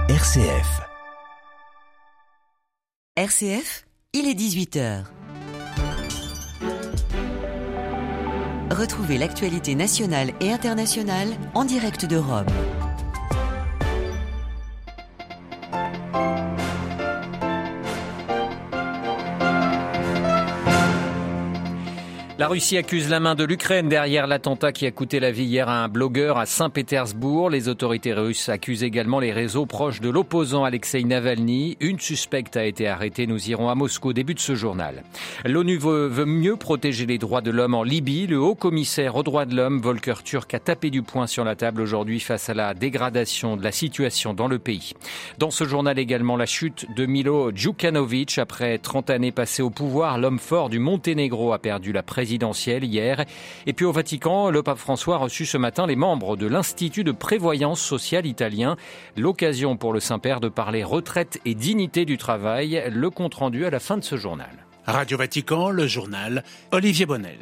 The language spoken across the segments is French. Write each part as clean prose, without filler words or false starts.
RCF. RCF, il est 18h. Retrouvez l'actualité nationale et internationale en direct de Rome. La Russie accuse la main de l'Ukraine derrière l'attentat qui a coûté la vie hier à un blogueur à Saint-Pétersbourg. Les autorités russes accusent également les réseaux proches de l'opposant Alexeï Navalny. Une suspecte a été arrêtée. Nous irons à Moscou au début de ce journal. L'ONU veut mieux protéger les droits de l'homme en Libye. Le haut commissaire aux droits de l'homme, Volker Türk, a tapé du poing sur la table aujourd'hui face à la dégradation de la situation dans le pays. Dans ce journal également, la chute de Milo Djukanovic. Après 30 années passées au pouvoir, l'homme fort du Monténégro a perdu la présidentielle hier. Et puis au Vatican, le pape François a reçu ce matin les membres de l'Institut de prévoyance sociale italien. L'occasion pour le Saint-Père de parler retraite et dignité du travail. Le compte-rendu à la fin de ce journal. Radio Vatican, le journal, Olivier Bonnel.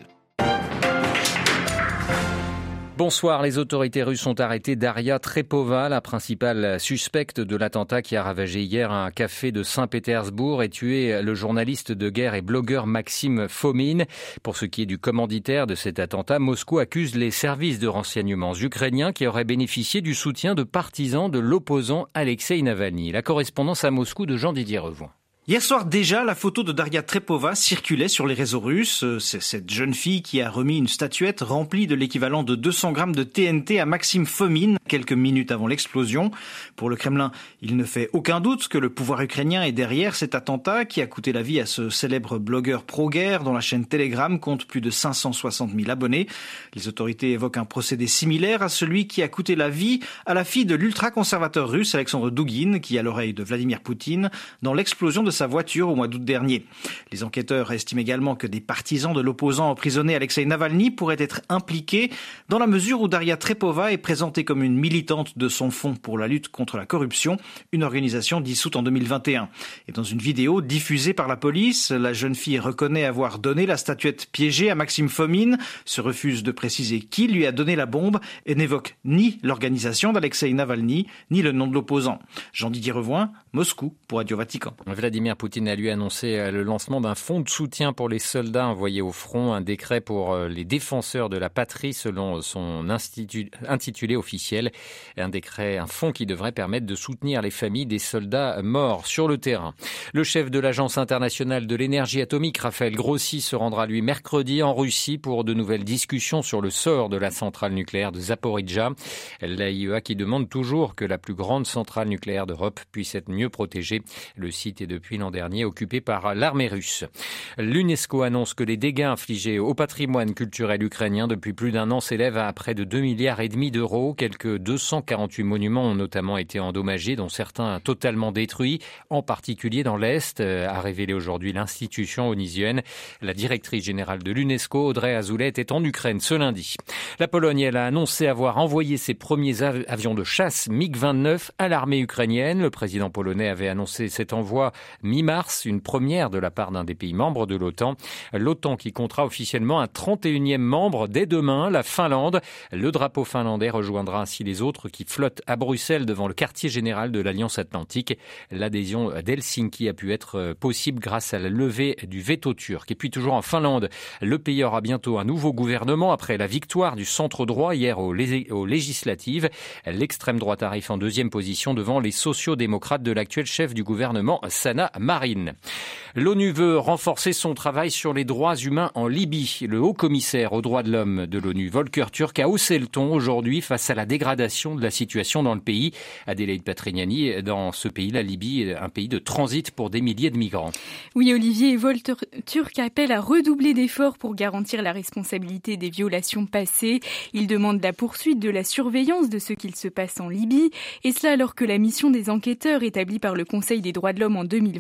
Bonsoir, les autorités russes ont arrêté Daria Trepova, la principale suspecte de l'attentat qui a ravagé hier un café de Saint-Pétersbourg et tué le journaliste de guerre et blogueur Maxime Fomin. Pour ce qui est du commanditaire de cet attentat, Moscou accuse les services de renseignements ukrainiens qui auraient bénéficié du soutien de partisans de l'opposant Alexeï Navalny. La correspondance à Moscou de Jean-Didier Revoin. Hier soir déjà, la photo de Daria Trepova circulait sur les réseaux russes. C'est cette jeune fille qui a remis une statuette remplie de l'équivalent de 200 grammes de TNT à Maxime Fomin, quelques minutes avant l'explosion. Pour le Kremlin, il ne fait aucun doute que le pouvoir ukrainien est derrière cet attentat qui a coûté la vie à ce célèbre blogueur pro-guerre dont la chaîne Telegram compte plus de 560 000 abonnés. Les autorités évoquent un procédé similaire à celui qui a coûté la vie à la fille de l'ultra-conservateur russe Alexandre Douguine, qui a l'oreille de Vladimir Poutine, dans l'explosion de sa voiture au mois d'août dernier. Les enquêteurs estiment également que des partisans de l'opposant emprisonné Alexeï Navalny pourraient être impliqués dans la mesure où Daria Trepova est présentée comme une militante de son fonds pour la lutte contre la corruption, une organisation dissoute en 2021. Et dans une vidéo diffusée par la police, la jeune fille reconnaît avoir donné la statuette piégée à Maxime Fomin, se refuse de préciser qui lui a donné la bombe et n'évoque ni l'organisation d'Alexeï Navalny, ni le nom de l'opposant. Jean-Didier Revoin, Moscou, pour Radio Vatican. Vladimir Poutine a lui annoncé le lancement d'un fonds de soutien pour les soldats envoyés au front, un décret pour les défenseurs de la patrie selon son intitulé officiel. Un décret, un fonds qui devrait permettre de soutenir les familles des soldats morts sur le terrain. Le chef de l'Agence internationale de l'énergie atomique, Raphaël Grossi, se rendra lui mercredi en Russie pour de nouvelles discussions sur le sort de la centrale nucléaire de Zaporijjia. L'AIEA qui demande toujours que la plus grande centrale nucléaire d'Europe puisse être mieux protégée. Le site est depuis l'an dernier occupé par l'armée russe. L'UNESCO annonce que les dégâts infligés au patrimoine culturel ukrainien depuis plus d'un an s'élèvent à près de 2,5 milliards d'euros. Quelques 248 monuments ont notamment été endommagés, dont certains totalement détruits, en particulier dans l'Est, a révélé aujourd'hui l'institution onusienne. La directrice générale de l'UNESCO, Audrey Azoulay, est en Ukraine ce lundi. La Pologne, elle, a annoncé avoir envoyé ses premiers avions de chasse MiG-29 à l'armée ukrainienne. Le président polonais avait annoncé cet envoi mi-mars, une première de la part d'un des pays membres de l'OTAN. L'OTAN qui comptera officiellement un 31e membre dès demain, la Finlande. Le drapeau finlandais rejoindra ainsi les autres qui flottent à Bruxelles devant le quartier général de l'Alliance Atlantique. L'adhésion d'Helsinki a pu être possible grâce à la levée du veto turc. Et puis toujours en Finlande, le pays aura bientôt un nouveau gouvernement après la victoire du centre droit hier aux législatives. L'extrême droite arrive en deuxième position devant les sociaux-démocrates de l'actuel chef du gouvernement, Sanna Marin. L'ONU veut renforcer son travail sur les droits humains en Libye. Le haut commissaire aux droits de l'homme de l'ONU, Volker Türk, a haussé le ton aujourd'hui face à la dégradation de la situation dans le pays. Adélaïde Patrignani, dans ce pays, la Libye est un pays de transit pour des milliers de migrants. Oui, Olivier, Volker Türk appelle à redoubler d'efforts pour garantir la responsabilité des violations passées. Il demande la poursuite de la surveillance de ce qu'il se passe en Libye, et cela alors que la mission des enquêteurs établie par le Conseil des droits de l'homme en 2020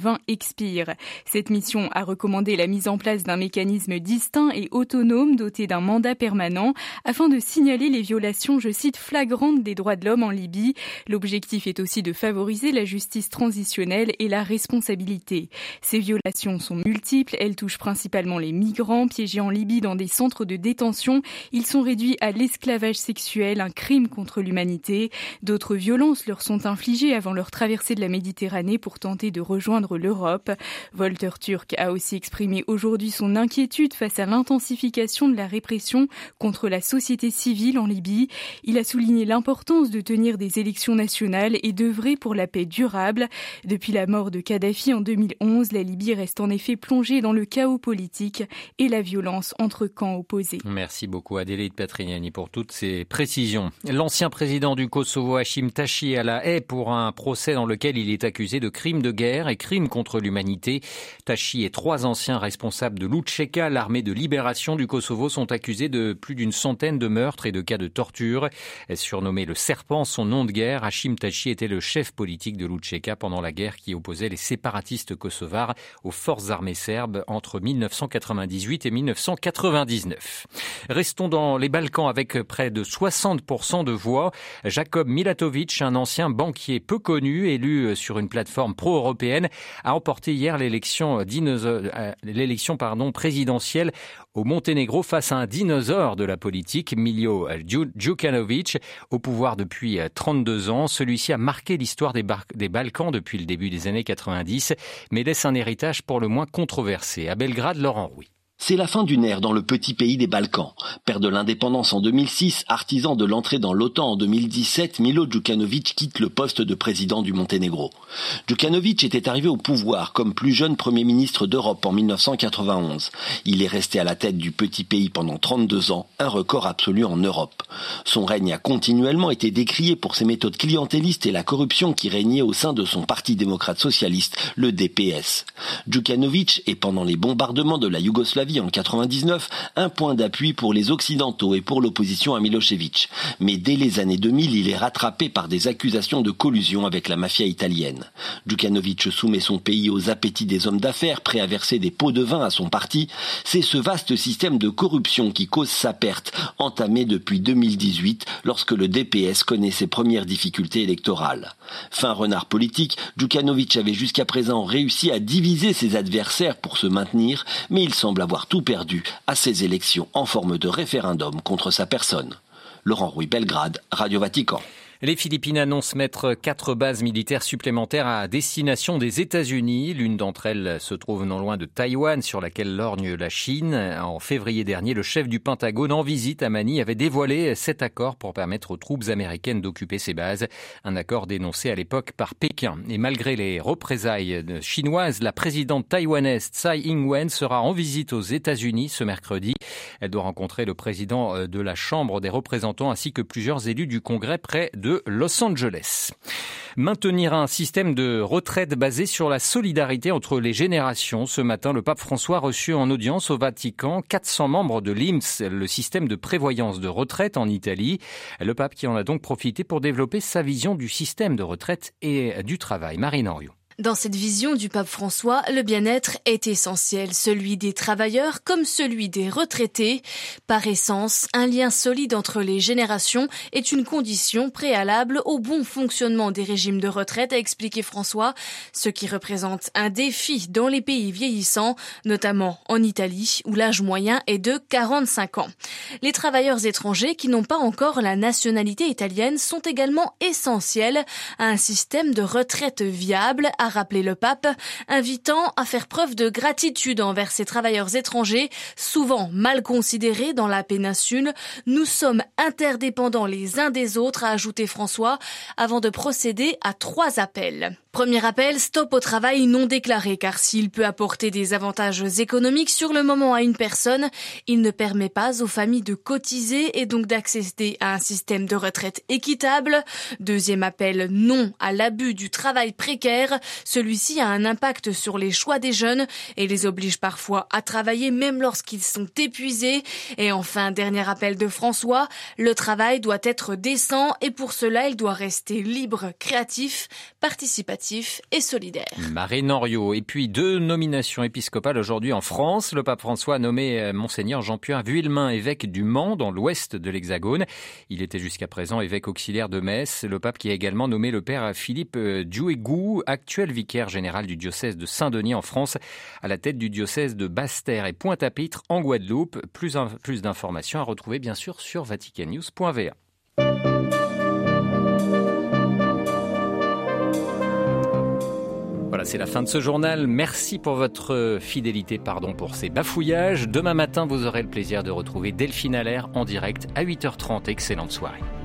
2020 expire. Cette mission a recommandé la mise en place d'un mécanisme distinct et autonome doté d'un mandat permanent afin de signaler les violations, je cite, flagrantes des droits de l'homme en Libye. L'objectif est aussi de favoriser la justice transitionnelle et la responsabilité. Ces violations sont multiples, elles touchent principalement les migrants piégés en Libye dans des centres de détention. Ils sont réduits à l'esclavage sexuel, un crime contre l'humanité. D'autres violences leur sont infligées avant leur traversée de la Méditerranée pour tenter de rejoindre l'Europe. Volker Türk a aussi exprimé aujourd'hui son inquiétude face à l'intensification de la répression contre la société civile en Libye. Il a souligné l'importance de tenir des élections nationales et d'œuvrer pour la paix durable. Depuis la mort de Kadhafi en 2011, la Libye reste en effet plongée dans le chaos politique et la violence entre camps opposés. Merci beaucoup Adélaïde Patrignani pour toutes ces précisions. L'ancien président du Kosovo, Hashim Thaçi, à la haie pour un procès dans lequel il est accusé de crimes de guerre et crimes contre l'humanité. Thaçi et 3 anciens responsables de l'UÇK, l'armée de libération du Kosovo, sont accusés de plus d'une centaine de meurtres et de cas de torture. Surnommé le serpent, son nom de guerre, Hashim Thaçi était le chef politique de l'UÇK pendant la guerre qui opposait les séparatistes kosovars aux forces armées serbes entre 1998 et 1999. Restons dans les Balkans avec près de 60% de voix. Jakob Milatovic, un ancien banquier peu connu, élu sur une plateforme pro-européenne, a emporté hier l'élection présidentielle au Monténégro face à un dinosaure de la politique, Milo Djukanovic, au pouvoir depuis 32 ans. Celui-ci a marqué l'histoire des Balkans depuis le début des années 90, mais laisse un héritage pour le moins controversé. À Belgrade, Laurent Rouy. C'est la fin d'une ère dans le petit pays des Balkans. Père de l'indépendance en 2006, artisan de l'entrée dans l'OTAN en 2017, Milo Djukanovic quitte le poste de président du Monténégro. Djukanovic était arrivé au pouvoir comme plus jeune Premier ministre d'Europe en 1991. Il est resté à la tête du petit pays pendant 32 ans, un record absolu en Europe. Son règne a continuellement été décrié pour ses méthodes clientélistes et la corruption qui régnait au sein de son parti démocrate socialiste, le DPS. Djukanovic est pendant les bombardements de la Yougoslavie en 99, un point d'appui pour les Occidentaux et pour l'opposition à Milosevic. Mais dès les années 2000, il est rattrapé par des accusations de collusion avec la mafia italienne. Djukanovic soumet son pays aux appétits des hommes d'affaires, prêts à verser des pots de vin à son parti. C'est ce vaste système de corruption qui cause sa perte, entamée depuis 2018, lorsque le DPS connaît ses premières difficultés électorales. Fin renard politique, Djukanovic avait jusqu'à présent réussi à diviser ses adversaires pour se maintenir, mais il semble avoir tout perdu à ces élections en forme de référendum contre sa personne. Laurent Rouy, Belgrade, Radio Vatican. Les Philippines annoncent mettre 4 bases militaires supplémentaires à destination des États-Unis. L'une d'entre elles se trouve non loin de Taïwan, sur laquelle lorgne la Chine. En février dernier, le chef du Pentagone en visite à Manille avait dévoilé cet accord pour permettre aux troupes américaines d'occuper ces bases. Un accord dénoncé à l'époque par Pékin. Et malgré les représailles chinoises, la présidente taïwanaise Tsai Ing-wen sera en visite aux États-Unis ce mercredi. Elle doit rencontrer le président de la Chambre des représentants ainsi que plusieurs élus du Congrès près de Los Angeles. Maintenir un système de retraite basé sur la solidarité entre les générations. Ce matin, le pape François a reçu en audience au Vatican 400 membres de l'INPS, le système de prévoyance de retraite en Italie. Le pape qui en a donc profité pour développer sa vision du système de retraite et du travail. Marine Henriot. Dans cette vision du pape François, le bien-être est essentiel, celui des travailleurs comme celui des retraités. Par essence, un lien solide entre les générations est une condition préalable au bon fonctionnement des régimes de retraite, a expliqué François, ce qui représente un défi dans les pays vieillissants, notamment en Italie où l'âge moyen est de 45 ans. Les travailleurs étrangers qui n'ont pas encore la nationalité italienne sont également essentiels à un système de retraite viable, a rappelé le pape, invitant à faire preuve de gratitude envers ces travailleurs étrangers, souvent mal considérés dans la péninsule. Nous sommes interdépendants les uns des autres, a ajouté François, avant de procéder à 3 appels. Premier appel, stop au travail non déclaré, car s'il peut apporter des avantages économiques sur le moment à une personne, il ne permet pas aux familles de cotiser et donc d'accéder à un système de retraite équitable. Deuxième appel, non à l'abus du travail précaire. Celui-ci a un impact sur les choix des jeunes et les oblige parfois à travailler même lorsqu'ils sont épuisés. Et enfin, dernier appel de François, le travail doit être décent et pour cela, il doit rester libre, créatif, participatif. caritatif et solidaire. Marine Henriot. Et puis 2 nominations épiscopales aujourd'hui en France. Le pape François a nommé Monseigneur Jean-Pierre Vuillemin, évêque du Mans, dans l'ouest de l'Hexagone. Il était jusqu'à présent évêque auxiliaire de Metz. Le pape qui a également nommé le père Philippe Djouégou, actuel vicaire général du diocèse de Saint-Denis en France, à la tête du diocèse de Basse-Terre et Pointe-à-Pitre en Guadeloupe. Plus d'informations à retrouver bien sûr sur vaticannews.va. Voilà, c'est la fin de ce journal. Merci pour votre fidélité, pardon pour ces bafouillages. Demain matin, vous aurez le plaisir de retrouver Delphine Allaire en direct à 8h30. Excellente soirée.